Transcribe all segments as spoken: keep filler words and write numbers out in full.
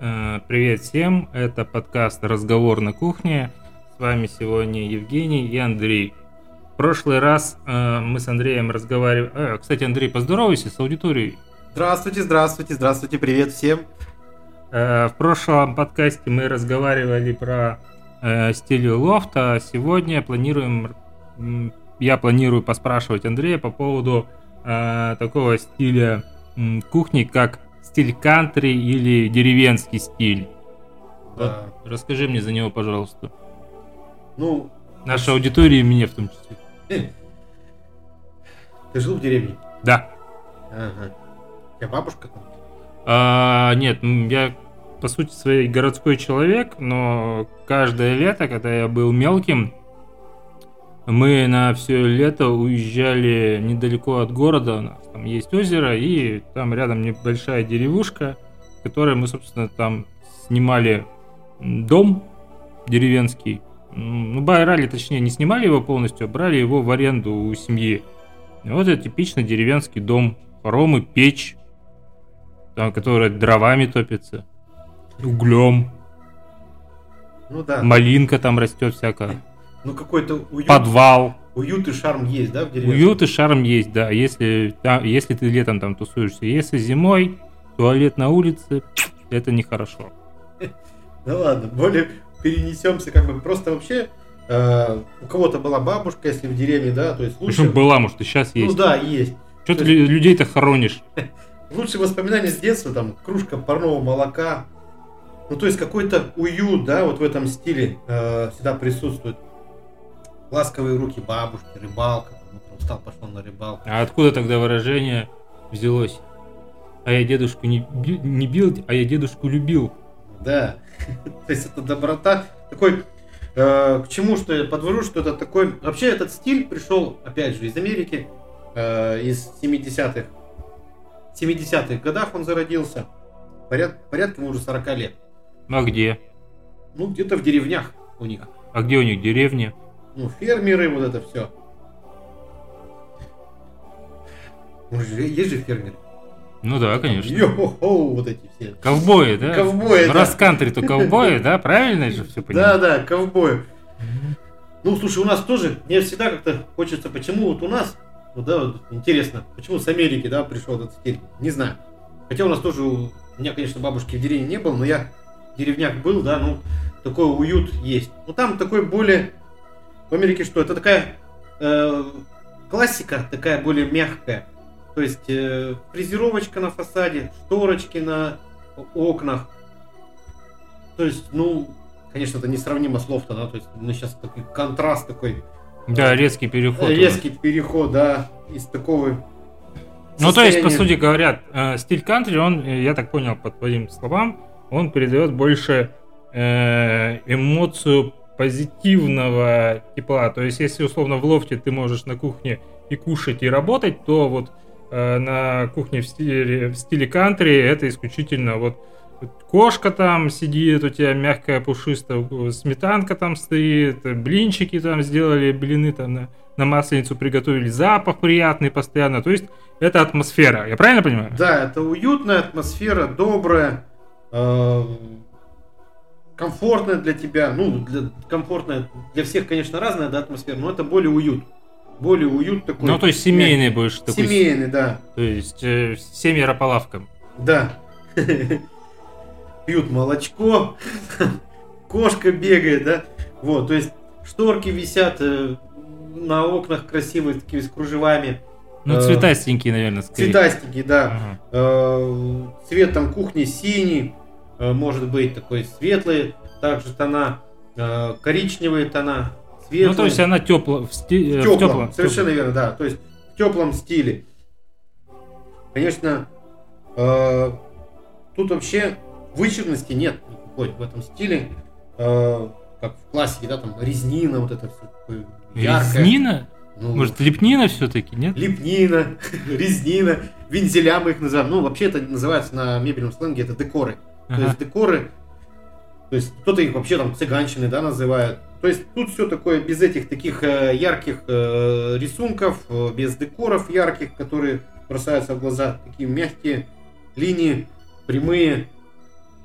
Э, Привет всем, это подкаст «Разговор на кухне». С вами сегодня Евгений и Андрей. В прошлый раз э, мы с Андреем разговаривали... Э, кстати, Андрей, поздоровайся с аудиторией. Здравствуйте, здравствуйте, здравствуйте, привет всем. Э, в прошлом подкасте мы разговаривали про э, стиль лофта, а сегодня планируем... м, я планирую поспрашивать Андрея по поводу э, такого стиля м, кухни, как стиль кантри или деревенский стиль. Да. Вот, расскажи мне за него, пожалуйста. Ну, Нашей аудитории и мне в том числе. ты жил в деревне? Да. Ага. У тебя бабушка там? А, нет, м, я по сути своей городской человек, но каждое лето, когда я был мелким, мы на все лето уезжали недалеко от города. У нас там есть озеро, и там рядом небольшая деревушка, в которой мы, собственно, там снимали м, дом деревенский. М, Ну, брали, точнее, не снимали его полностью, а брали его в аренду у семьи. И вот это типичный деревенский дом. Хоромы, печь, там, которая дровами топится, углем, Ну да. малинка там растет всякая, Ну какой-то уют, подвал. уют и шарм есть, да, в деревне? Уют и шарм есть, да, если, там, если ты летом там тусуешься. Если зимой туалет на улице, это нехорошо. Ну ладно, более перенесемся, как бы просто вообще э, у кого-то была бабушка, если в деревне, да, то есть лучше. Причем была, может, и сейчас есть. Ну да, есть. Что ты то есть- лю- людей-то хоронишь? Лучшие воспоминания с детства, там, кружка парного молока. Ну, то есть какой-то уют, да, вот в этом стиле э, всегда присутствует. Ласковые руки бабушки, рыбалка, там, утром встал, пошел на рыбалку. А откуда тогда выражение взялось? А я дедушку не, би- не бил, а я дедушку любил. Да, то есть это доброта. Такой, э, к чему, что я подвожу, что это такой... Вообще этот стиль пришел, опять же, из Америки, э, из семидесятых. В семидесятых годах он зародился. Поряд, порядка ему уже сорок лет. А где? Ну, где-то в деревнях у них. А где у них деревня? Ну, фермеры, вот это все. Есть же фермеры. Ну да, конечно. Йо-хо-хо, вот эти все. Ковбои, да? Ковбои, Ну, да. раз кантри, то ковбои, да? Правильно я же все Да, понимаю? да, ковбой. Мгм. Ну, слушай, у нас тоже, мне всегда как-то хочется, почему вот у нас, ну да, вот интересно, почему с Америки, да, пришел этот стиль, не знаю. Хотя у нас тоже, у меня, конечно, бабушки в деревне не было, но я в деревнях был, да, ну, такой уют есть. Ну, там такой более, в Америке что, это такая э, классика, такая более мягкая. То есть э, фрезеровочка на фасаде, шторочки на окнах. То есть, ну, конечно, это несравнимо с лофтом, да, то есть, ну, сейчас такой контраст такой, Да, резкий переход. резкий переход, да, из такого Ну, то есть, по состояния- сути говоря, э, стиль кантри, он, э, я так понял по твоим словам, он передает больше э, эмоцию позитивного тепла. То есть, если условно в лофте ты можешь на кухне и кушать, и работать, то вот э, на кухне в стиле, в стиле кантри это исключительно вот кошка там сидит, у тебя мягкая пушистая сметанка там стоит, блинчики там сделали, блины там на, на масленицу приготовили, запах приятный постоянно. То есть это атмосфера. Я правильно понимаю? Да, это уютная атмосфера, добрая, э, комфортная для тебя. Ну, для, комфортная для всех, конечно, разная, да, атмосфера, но это более уют. Более уют такой. Ну, то есть семейный больше такой. Семейный, да. То есть э, семеро по лавкам. Да. Пьют молочко, кошка бегает, да. Вот, то есть шторки висят э, на окнах красивые, такими с кружевами. Ну, Э, цветастенькие, наверное, скорее. Цветастики, да. Ага. Э, Цвет там кухни синий, э, может быть такой светлый, также тона, э, коричневые тона, светлые. Ну, то есть она тепла, в, сти... э, в в теплом, теплом. совершенно верно, да. То есть в теплом стиле. Конечно, э, тут вообще вычурности нет никакой в этом стиле. Э, как в классике, да, там резнина, вот это все такое яркое. Резнина? Ну, Может, лепнина все-таки, нет? лепнина, резнина, вензеля мы их называем. Ну, вообще это называется на мебельном сленге, это декоры. То Ага. есть декоры, то есть кто-то их вообще там цыганщины, да, называют. То есть тут все такое без этих таких э, ярких э, рисунков, э, без декоров ярких, которые бросаются в глаза. Такие мягкие линии, прямые.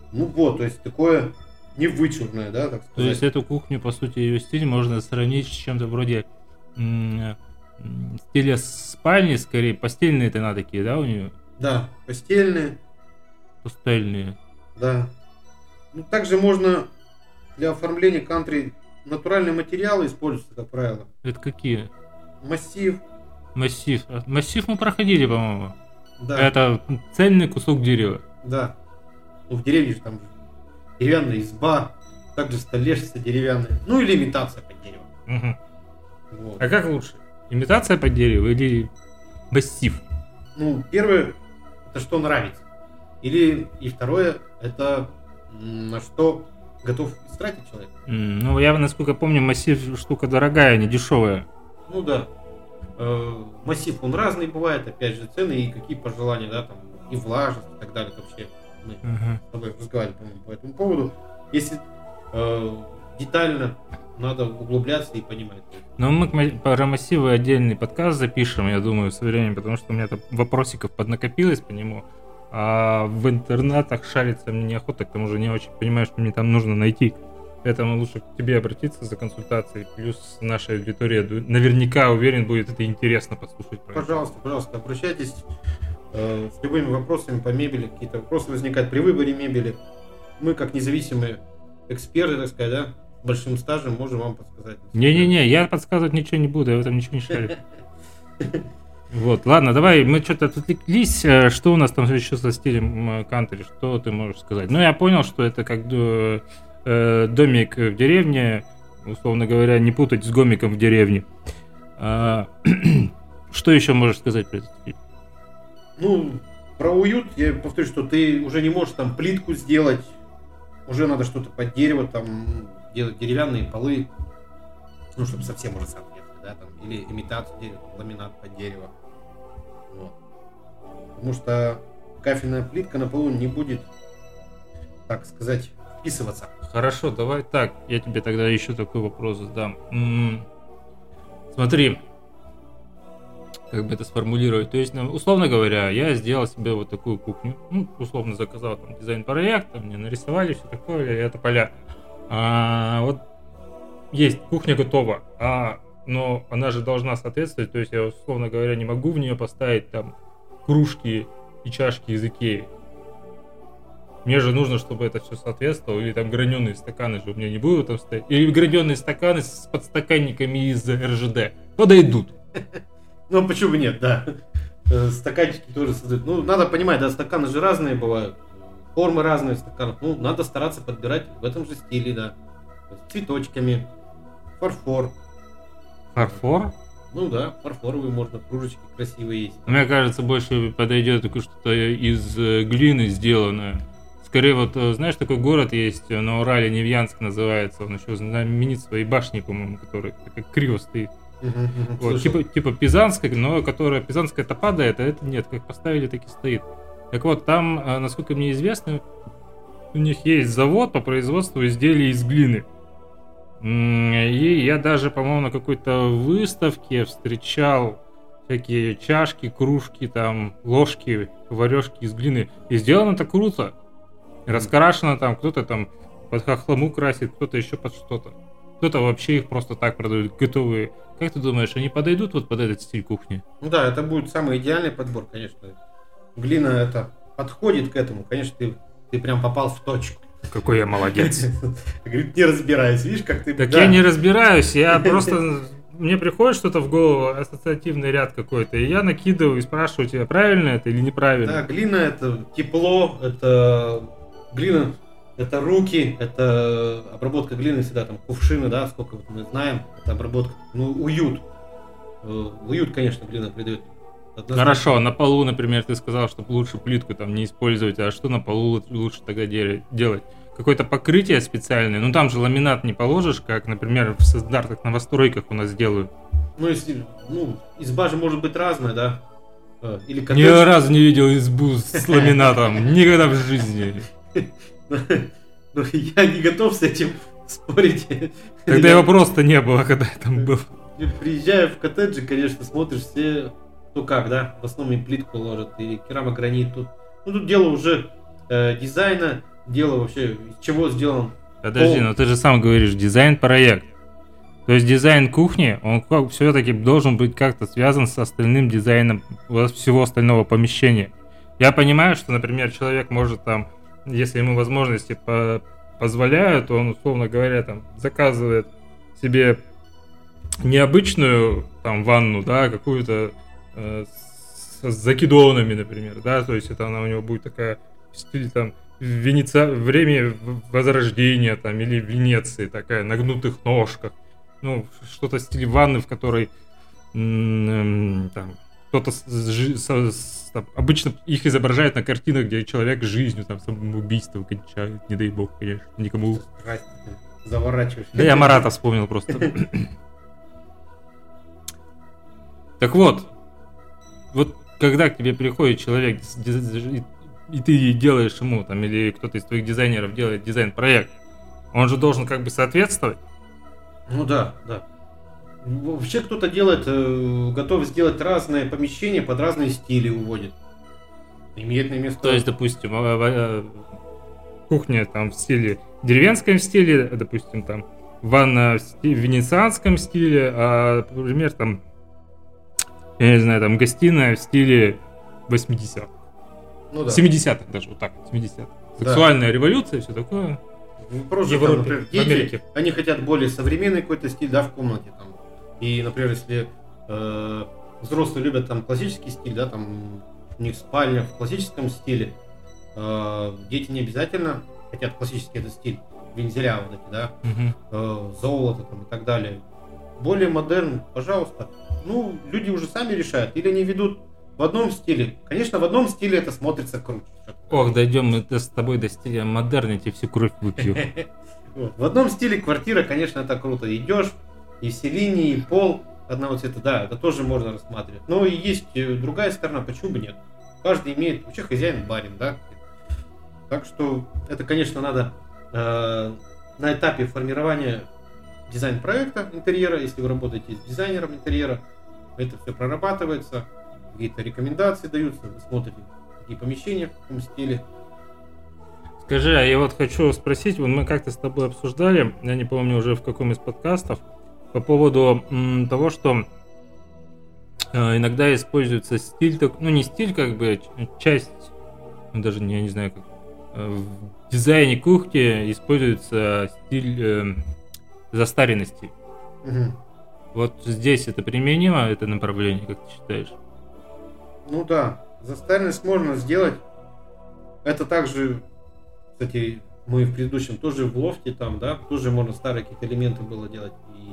Ну вот, то есть такое не вычурное, да, так сказать. То есть эту кухню, по сути, ее стиль можно сравнить с чем-то вроде м- м- стиля спальни, скорее, постельные тона такие, да, у нее? Да, постельные. Пустельные. Да. Ну, также можно для оформления кантри натуральные материалы используются, как правило. Это какие? Массив. Массив. А Массив мы проходили, по-моему. Да. Это цельный кусок дерева. Да. Ну, в деревне же там деревянная изба, также столешница деревянная. Ну, или имитация под дерево. Угу. Вот. А как лучше? Имитация под дерево или массив? Ну, первое, это что нравится. Или, и второе, это м, на что готов истратить человек. М, Ну, я, насколько помню, массив штука дорогая, не дешевая. Ну да. Э, массив, он разный бывает, опять же, цены и какие пожелания, да, там, и влажность, и так далее. Это вообще мы Ага. с тобой разговаривали, по-моему, по этому поводу. Если э, детально надо углубляться и понимать. Но мы к ма- про массивы отдельный подкаст запишем, я думаю, со временем, потому что у меня там вопросиков поднакопилось по нему. А в интернетах шариться мне неохота, к тому же не очень понимаю, что мне там нужно найти. Поэтому лучше к тебе обратиться за консультацией. Плюс наша аудитория, ду- наверняка, уверен, будет это интересно послушать. про это. Пожалуйста, пожалуйста, обращайтесь э, с любыми вопросами по мебели. Какие-то вопросы возникают при выборе мебели. Мы, как независимые эксперты, так сказать, да, с большим стажем, можем вам подсказать. Не-не-не, я подсказывать ничего не буду, я в этом ничего не шарю. Вот, ладно, давай, мы что-то отвлеклись. Э, Что у нас там еще со стилем м, кантри? Что ты можешь сказать? Ну, я понял, что это как до- э, домик в деревне, условно говоря, не путать с гомиком в деревне. А, Что еще можешь сказать про этот стиль? Ну, про уют, я повторю, что ты уже не можешь там плитку сделать, уже надо что-то под дерево, там, делать деревянные полы, ну, чтобы совсем уже соответствовать, да, там, или имитацию дерева, там, ламинат под дерево. Вот. Потому что кафельная плитка на полу не будет, так сказать, вписываться. Хорошо, давай так, я тебе тогда еще такой вопрос задам. М, Смотри, как бы это сформулировать. То есть, ну, условно говоря, я сделал себе вот такую кухню, ну, условно заказал там дизайн-проект, там мне нарисовали все такое, и это поля. А, вот есть, кухня готова, а, но она же должна соответствовать, то есть я, условно говоря, не могу в нее поставить там кружки и чашки из Икеи. Мне же нужно, чтобы это все соответствовало, или там граненые стаканы же у меня не будут там стоять, или граненые стаканы с подстаканниками из эр жэ дэ подойдут. Ну, а почему бы нет, да. Э, Стаканчики тоже создают. Ну, надо понимать, да, стаканы же разные бывают. Формы разные стаканов. Ну, надо стараться подбирать в этом же стиле, да. То есть цветочками, фарфор. Фарфор? Ну да, фарфоровые можно, кружечки красивые есть. Мне кажется, больше подойдет такое что-то из э, глины сделанное. Скорее вот, э, знаешь, такой город есть на Урале, Невьянск называется, он еще знаменит своей башней, по-моему, который так криво стоит. Мгм, мгм, Вот, слышал. типа, типа Пизанская, но которая Пизанская-то падает, а это нет, как поставили, так и стоит. Так вот, там, э, насколько мне известно, у них есть завод по производству изделий из глины. М, И я даже, по-моему, на какой-то выставке встречал всякие чашки, кружки, там, ложки, поварешки из глины. И сделано это круто. Раскрашено там, кто-то там под хохлому красит, кто-то еще под что-то. Кто-то вообще их просто так продают, готовые. Как ты думаешь, они подойдут вот под этот стиль кухни? Ну да, это будет самый идеальный подбор, конечно. Глина это подходит к этому, конечно, ты, ты прям попал в точку. Какой я молодец. Говорит, не разбираюсь, видишь, как ты... Так да. я не разбираюсь, я просто... Мне приходит что-то в голову, ассоциативный ряд какой-то, и я накидываю и спрашиваю тебя, правильно это или неправильно. Да, глина это тепло, это глина, это руки, это обработка глины всегда там кувшины, да, сколько вот мы знаем, это обработка, ну, уют. Э, Уют, конечно, глина придает. Однозначно. Хорошо, на полу, например, ты сказал, что лучше плитку там не использовать, а что на полу лучше тогда де- делать? Какое-то покрытие специальное, ну там же ламинат не положишь, как, например, в стандартных новостройках у нас делают. Ну, если, ну, изба же может быть разная, да? Э, Или Ни коттедж. разу не видел избу с ламинатом, никогда в жизни. Ну, я не готов с этим спорить. Тогда Я- его просто не было, когда я там был. Приезжая в коттеджи, конечно, смотришь все, кто как, да, в основном и плитку ложат, и керамогранит тут. Ну, тут дело уже э, дизайна, дело вообще, из чего сделан. Подожди, но ты же сам говоришь, дизайн-проект. То есть дизайн кухни, он как все-таки должен быть как-то связан с остальным дизайном всего остального помещения. Я понимаю, что, например, человек может там, если ему возможности по- позволяют, он, условно говоря, там заказывает себе необычную там ванну, да, какую-то э, с, с закидонами, например, да, то есть это она у него будет такая в стиле там Венеция, время Возрождения там или Венеции, такая на гнутых ножках, ну что-то в стиле ванны, в которой м- там кто-то с, с, с, там, обычно их изображают на картинах, где человек жизнью там самоубийство кончает, не дай бог, конечно, никому. Заворачиваешь. Да я Марата вспомнил просто. Так вот, вот когда к тебе приходит человек, и ты делаешь ему, там, или кто-то из твоих дизайнеров делает дизайн-проект, он же должен как бы соответствовать? Ну да, да. Вообще кто-то делает, э, готов сделать разные помещения, под разные стили уводит. Имеет на место. То есть, допустим, кухня там в стиле деревенском стиле, допустим, там ванна в, стиле, в венецианском стиле, а, например, там, я не знаю, там гостиная в стиле восьмидесятых. Ну, да. семидесятых даже, вот так, семидесятых. Сексуальная да. революция, все такое. Просто, Европе, там, например, дети, Америке. Они хотят более современный какой-то стиль, да, в комнате. Там. И, например, если э, взрослые любят там классический стиль, да, там у них спальня в классическом стиле, э, дети не обязательно хотят классический этот стиль, вензеля вот эти, да, угу. э, золото там и так далее. Более модерн, пожалуйста. Ну, люди уже сами решают. Или они ведут в одном стиле. Конечно, в одном стиле это смотрится круче. Ох, дойдем мы с тобой до стиля модерна, я тебе всю кровь выпью. В одном стиле квартира, конечно, это круто. Идешь, и все линии, и пол одного цвета, да, это тоже можно рассматривать. Но и есть другая сторона, почему бы нет? Каждый имеет, вообще хозяин барин, да. Так что это, конечно, надо э, на этапе формирования дизайн-проекта интерьера, если вы работаете с дизайнером интерьера, это все прорабатывается, какие-то рекомендации даются, вы смотрите, какие помещения, в каком стиле. Скажи, а я вот хочу спросить, вот мы как-то с тобой обсуждали, я не помню уже в каком из подкастов, по поводу м, того, что э, иногда используется стиль, ну не стиль, как бы, часть, ну, даже я не знаю, как, э, в дизайне кухни используется стиль э, застаренности. Угу. Вот здесь это применимо, это направление, как ты считаешь? Ну да, застаренность можно сделать. Это также, кстати, мы в предыдущем тоже в лофте там, да, тоже можно старые какие-то элементы было делать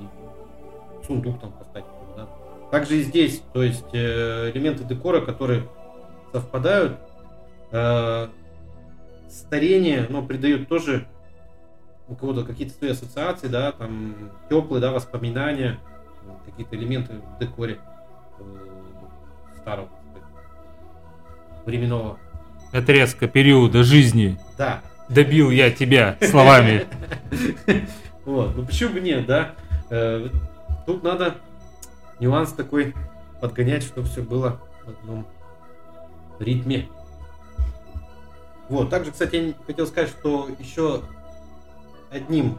и сундук там поставить, да. Также и здесь, то есть э, элементы декора, которые совпадают, э, старение, но придают тоже у кого-то какие-то свои ассоциации, да, там теплые, да, воспоминания, какие-то элементы в декоре э, старого временного отрезка периода жизни. Да. Добил я тебя словами. Вот, ну почему бы нет, да? Тут надо нюанс такой подгонять, чтобы все было в одном ритме. Вот, также, кстати, я хотел сказать, что еще одним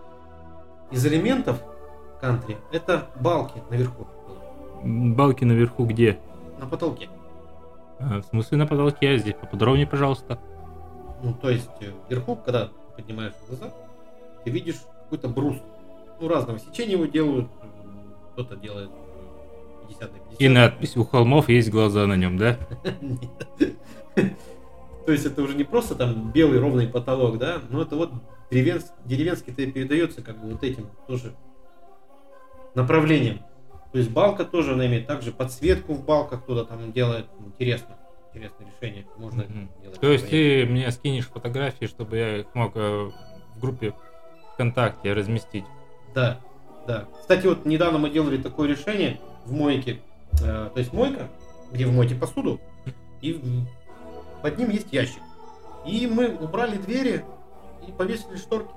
из элементов кантри это балки наверху. Балки наверху где? На потолке. А, в смысле на потолке? А здесь поподробнее, пожалуйста. Ну, то есть вверху, когда поднимаешь глаза, ты видишь какой-то брус. Ну, разного сечения его делают. Кто-то делает пятьдесят на пятьдесят. И надпись: у холмов есть глаза на нем, да? Нет. То есть это уже не просто там белый ровный потолок, да, но это вот деревенский-то передается как бы вот этим тоже направлением. То есть балка тоже, она имеет также подсветку в балках, кто-то там делает. Интересно. Интересное решение. Можно mm-hmm. делать. То есть ты мне скинешь фотографии, чтобы я их мог в группе ВКонтакте разместить? Да, да. Кстати, вот недавно мы делали такое решение в мойке. Э, то есть мойка, где вы моете посуду, и под ним есть ящик. И мы убрали двери и повесили шторки.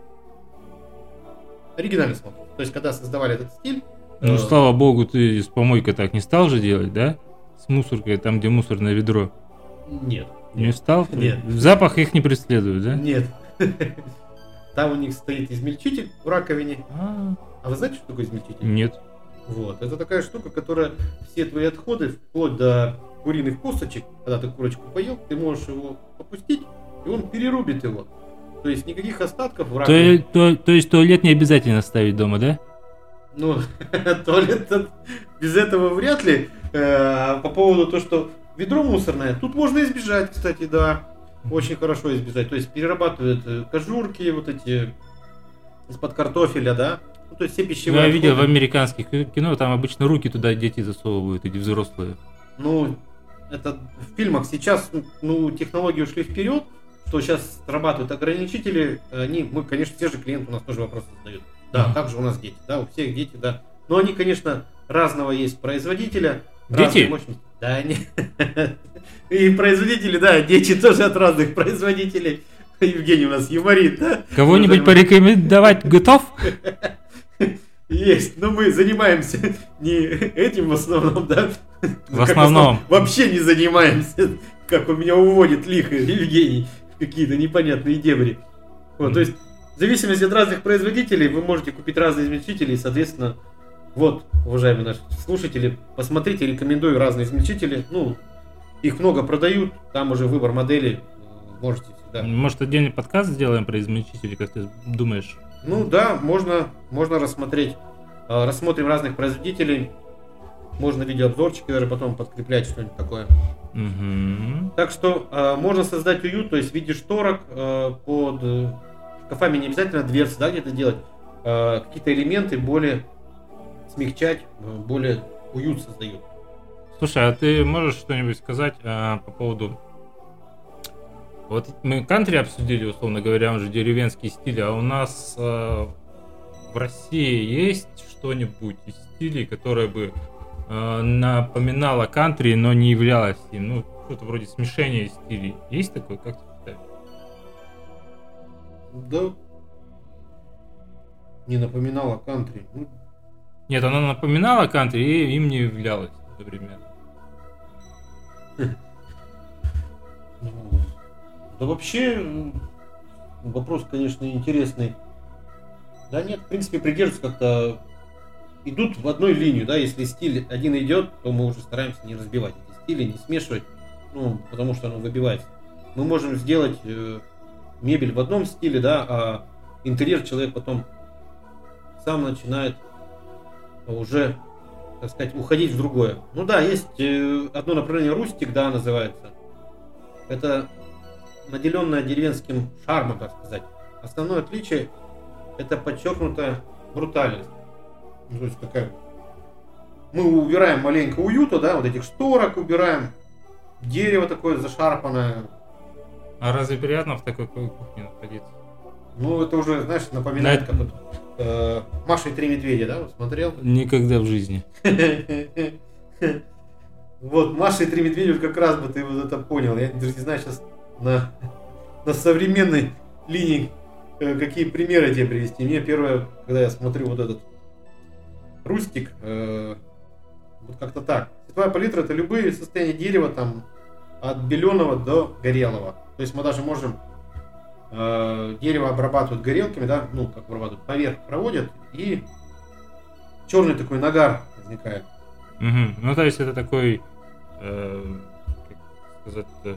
Оригинально смотрим. То есть, когда создавали этот стиль. Ну, слава богу, ты с помойкой так не стал же делать, да? С мусоркой, там, где мусорное ведро. Нет. Не стал? Нет. Запах их не преследует, да? Нет. Там у них стоит измельчитель в раковине. А, А вы знаете, что такое измельчитель? Нет. Вот. Это такая штука, которая все твои отходы, вплоть до куриных косточек, когда ты курочку поел, ты можешь его опустить, и он перерубит его. То есть никаких остатков в То, раковине. то, то есть туалет не обязательно ставить дома, да? Ну, туалет без этого вряд ли. Э, По поводу того, что ведро мусорное, тут можно избежать, кстати, да. Очень хорошо избежать. То есть перерабатывают э, кожурки, вот эти из-под картофеля, да. Ну, то есть все Ну, пищевые я видел в отходы. американских кино, там обычно руки туда дети засовывают, эти взрослые. Ну, это в фильмах сейчас, ну, технологии ушли вперед, что сейчас срабатывают ограничители. Они, мы, конечно, те же клиенты у нас тоже вопросы задают. Да, Мгм. как же у нас дети? Да, у всех дети, да. Но они, конечно, разного есть производителя. Дети? разной мощности. Да, они. И производители, да, дети тоже от разных производителей. Евгений у нас юморит, да? Кого-нибудь Ну, порекомендовать готов? Есть, но мы занимаемся не этим в основном, да? В Как основном. Вообще не занимаемся, как у меня уводит лихо Евгений в какие-то непонятные дебри. Вот, то есть, в зависимости от разных производителей, вы можете купить разные измельчители, и, соответственно, вот, уважаемые наши слушатели, посмотрите, рекомендую разные измельчители. Ну, их много продают, там уже выбор моделей, э, можете всегда. Может, отдельный подкаст сделаем про измельчители, как ты думаешь? Ну да, можно, можно рассмотреть. Э, Рассмотрим разных производителей. Можно видеообзорчики даже потом подкреплять, что-нибудь такое. Угу. Так что э, можно создать уют, то есть в виде шторок э, под э, шкафами, не обязательно дверцы, да, где-то делать. Э, какие-то элементы более смягчать, э, более уют создают. Слушай, а ты можешь что-нибудь сказать а, по поводу... Вот мы кантри обсудили, условно говоря, он же деревенский стиль, а у нас а, в России есть что-нибудь из стилей, которое бы а, напоминало кантри, но не являлось им? Ну, что-то вроде смешения стилей. Есть такое? Как ты считаешь? Да. Не напоминало кантри. Ну, Нет, оно напоминало кантри и им не являлось, например. ну, да вообще м, вопрос, конечно, интересный. Да нет, в принципе, придерживаются как-то, идут в одной линию, да, если стиль один идет, то мы уже стараемся не разбивать эти стили, не смешивать, ну, потому что оно выбивается. Мы можем сделать э, мебель в одном стиле, да, а интерьер человек потом сам начинает уже, так сказать, уходить в другое. Ну да, есть э, одно направление рустик, да, называется. Это наделенное деревенским шармом, так сказать. Основное отличие — это подчеркнутая брутальность. Ну, то есть такая... Мы убираем маленько уюта, да, вот этих шторок убираем, дерево такое зашарпанное. А разве приятно в такой кухне находиться? Ну, это уже, знаешь, напоминает, Да. как вот э, Маша и три медведя, да, вот смотрел? Никогда в жизни. Вот, Маша и три медведя, вот как раз бы ты вот это понял. Я даже не знаю сейчас на, на современной линии э, какие примеры тебе привести. Мне первое, когда я смотрю вот этот рустик, э, вот как-то так. Цветовая палитра — это любые состояния дерева, там, от беленого до горелого. То есть мы даже можем э, дерево обрабатывать горелками, да, ну, как обрабатывают, поверх проводят, и черный такой нагар возникает. Мгм. Ну, то есть это такой, э, как сказать-то,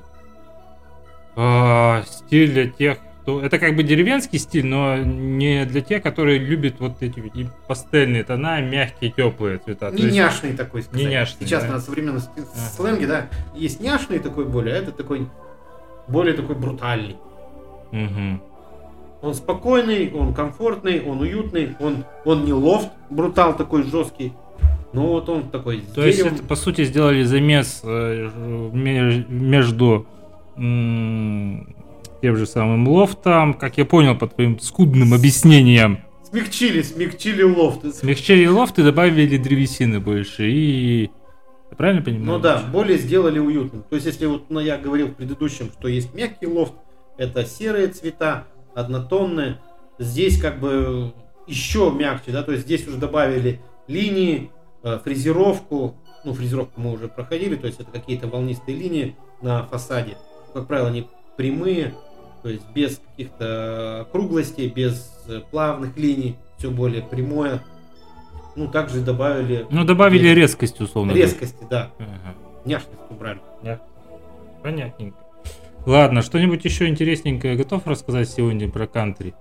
а, стиль для тех, кто... Это как бы деревенский стиль, но не для тех, которые любят вот эти вот и пастельные тона, мягкие, теплые цвета. То Не есть- няшный такой, сказать. Не няшный, Сейчас да? на современном ст- Ага. сленге, да, есть няшный такой более, а это такой более такой брутальный. Мгм. Он спокойный, он комфортный, он уютный, он, он не лофт, брутал такой жесткий, но вот он такой с То есть деревом. это, по сути, сделали замес э, ме- между м, тем же самым лофтом, как я понял по твоим скудным объяснениям. Смягчили, смягчили лофт. Смягчили лофт и добавили древесины больше. И... Я правильно понимаю? Ну да, более сделали уютным. То есть, если вот ну, я говорил в предыдущем, что есть мягкий лофт, это серые цвета, однотонные. Здесь как бы еще мягче, да, то есть здесь уже добавили линии, э, фрезеровку. Ну, фрезеровку мы уже проходили, то есть это какие-то волнистые линии на фасаде. Как правило, они прямые, То есть без каких-то округлостей, без плавных линий, все более прямое. Ну, также добавили... Ну, добавили здесь резкость, условно. Резкости, да. Ага. Няшность убрали. Yeah. Понятненько. Ладно, что-нибудь еще интересненькое готов рассказать сегодня про кантри?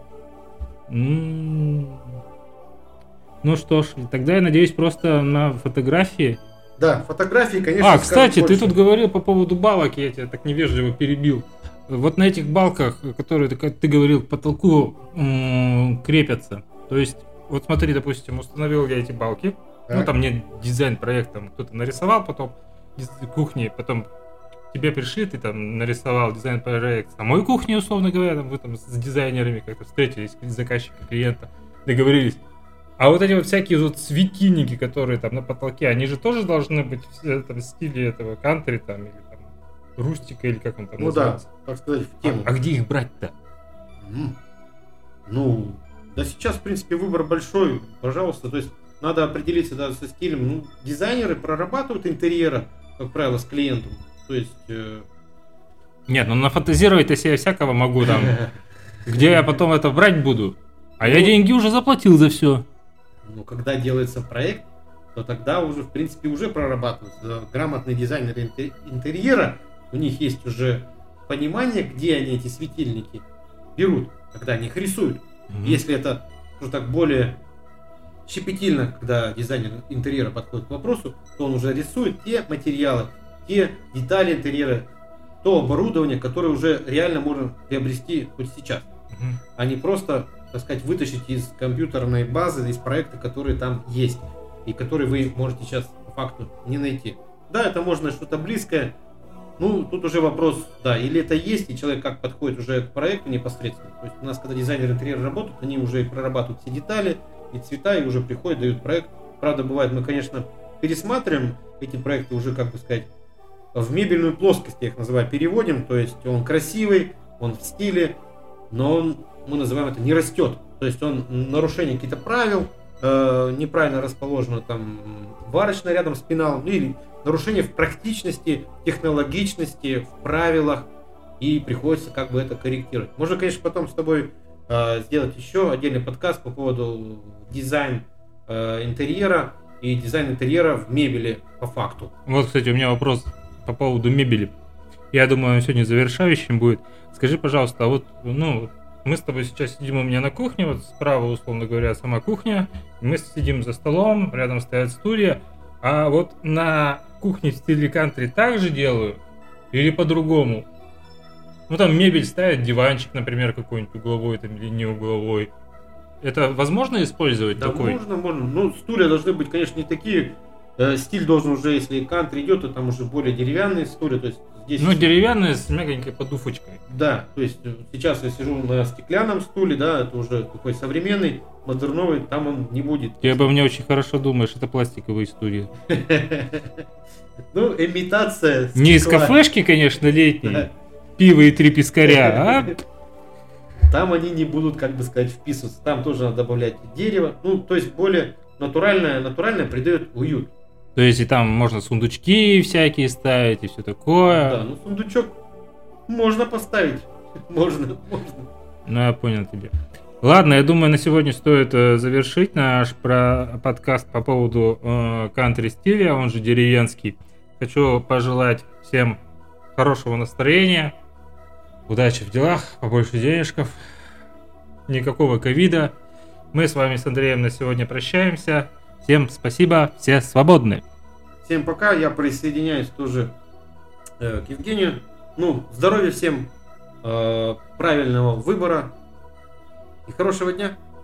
М-м-м. Ну что ж, тогда я надеюсь просто на фотографии. Да, фотографии, конечно. А, кстати, ты тут говорил по поводу балок, я тебя так невежливо перебил. Вот на этих балках, которые ты, ты говорил, к потолку м- крепятся. То есть, вот смотри, допустим, установил я эти балки. Так. Ну, там нет дизайн проектом, кто-то нарисовал потом кухни, потом тебе пришли, ты там нарисовал дизайн проект самой кухни, условно говоря, там вы там с дизайнерами как-то встретились, заказчика, клиента, договорились. А вот эти вот всякие вот светильники, которые там на потолке, они же тоже должны быть в этом стиле этого кантри там, или там рустика, или как он там ну называется. Ну да, так сказать, в тему. А, а где их брать-то? Mm. Ну, да сейчас, в принципе, выбор большой, пожалуйста, то есть надо определиться да, со стилем. Ну, дизайнеры прорабатывают интерьеры, как правило, с клиентом. То есть... Э... Нет, ну нафантазировать-то себе всякого могу там. Где я потом это брать буду? А я деньги уже заплатил за все. Ну, когда делается проект, то тогда уже, в принципе, уже прорабатываются. Грамотные дизайнеры интерьера, у них есть уже понимание, где они эти светильники берут, когда они их рисуют. Mm-hmm. Если это, ну, так более щепетильно, когда дизайнер интерьера подходит к вопросу, то он уже рисует те материалы, те детали интерьера, то оборудование, которое уже реально можно приобрести хоть сейчас. Mm-hmm. А не просто, так сказать, вытащить из компьютерной базы, из проекта, которые там есть, и которые вы можете сейчас по факту не найти. Да, это можно что-то близкое. Ну, тут уже вопрос, да, или это есть, и человек как подходит уже к проекту непосредственно. То есть у нас, когда дизайнеры интерьера работают, они уже прорабатывают все детали и цвета, и уже приходят, дают проект. Правда, бывает, мы, конечно, пересматриваем эти проекты уже, как бы сказать, в мебельную плоскость, я их называю, переводим. То есть он красивый, он в стиле, но он, мы называем это, не растет. То есть он нарушение каких-то правил, э, неправильно расположено там варочная рядом с пеналом, ну, или нарушение в практичности, технологичности, в правилах, и приходится как бы это корректировать. Можно, конечно, потом с тобой э, сделать еще отдельный подкаст по поводу дизайн э, интерьера и дизайн интерьера в мебели по факту. Вот, кстати, у меня вопрос по поводу мебели. Я думаю, он сегодня завершающим будет. Скажи, пожалуйста, а вот, ну, мы с тобой сейчас сидим у меня на кухне, вот справа, условно говоря, сама кухня, мы сидим за столом, рядом стоят стулья, а вот на кухне в стиле кантри так же делаю или по-другому? Ну, там мебель ставят, диванчик, например, какой-нибудь угловой там, или не угловой. Это возможно использовать да, такой? можно, можно. Ну, стулья должны быть, конечно, не такие. Э, стиль должен уже, если кантри идет, то там уже более деревянные стулья. То есть здесь... Ну, деревянные с мягонькой подуфочкой. Да, то есть сейчас я сижу на стеклянном стуле, да, это уже такой современный, модерновый, там он не будет. Ты обо мне очень хорошо думаешь, это пластиковые стулья. Ну, имитация. Не из кафешки, конечно, летней. Пиво и три пескаря, а? Там они не будут, как бы сказать, вписываться. Там тоже надо добавлять дерево. Ну, то есть более натуральное, натуральное придает уют. То есть и там можно сундучки всякие ставить и все такое. Да, ну сундучок можно поставить. Можно, можно. Ну, я понял тебя. Ладно, я думаю, на сегодня стоит э, завершить наш про подкаст по поводу э, кантри-стиля, он же деревенский. Хочу пожелать всем хорошего настроения, удачи в делах, побольше денежков, никакого ковида. Мы с вами с Андреем на сегодня прощаемся. Всем спасибо, все свободны. Всем пока, я присоединяюсь тоже э, к Евгению. Ну, здоровья всем, э, правильного выбора и хорошего дня.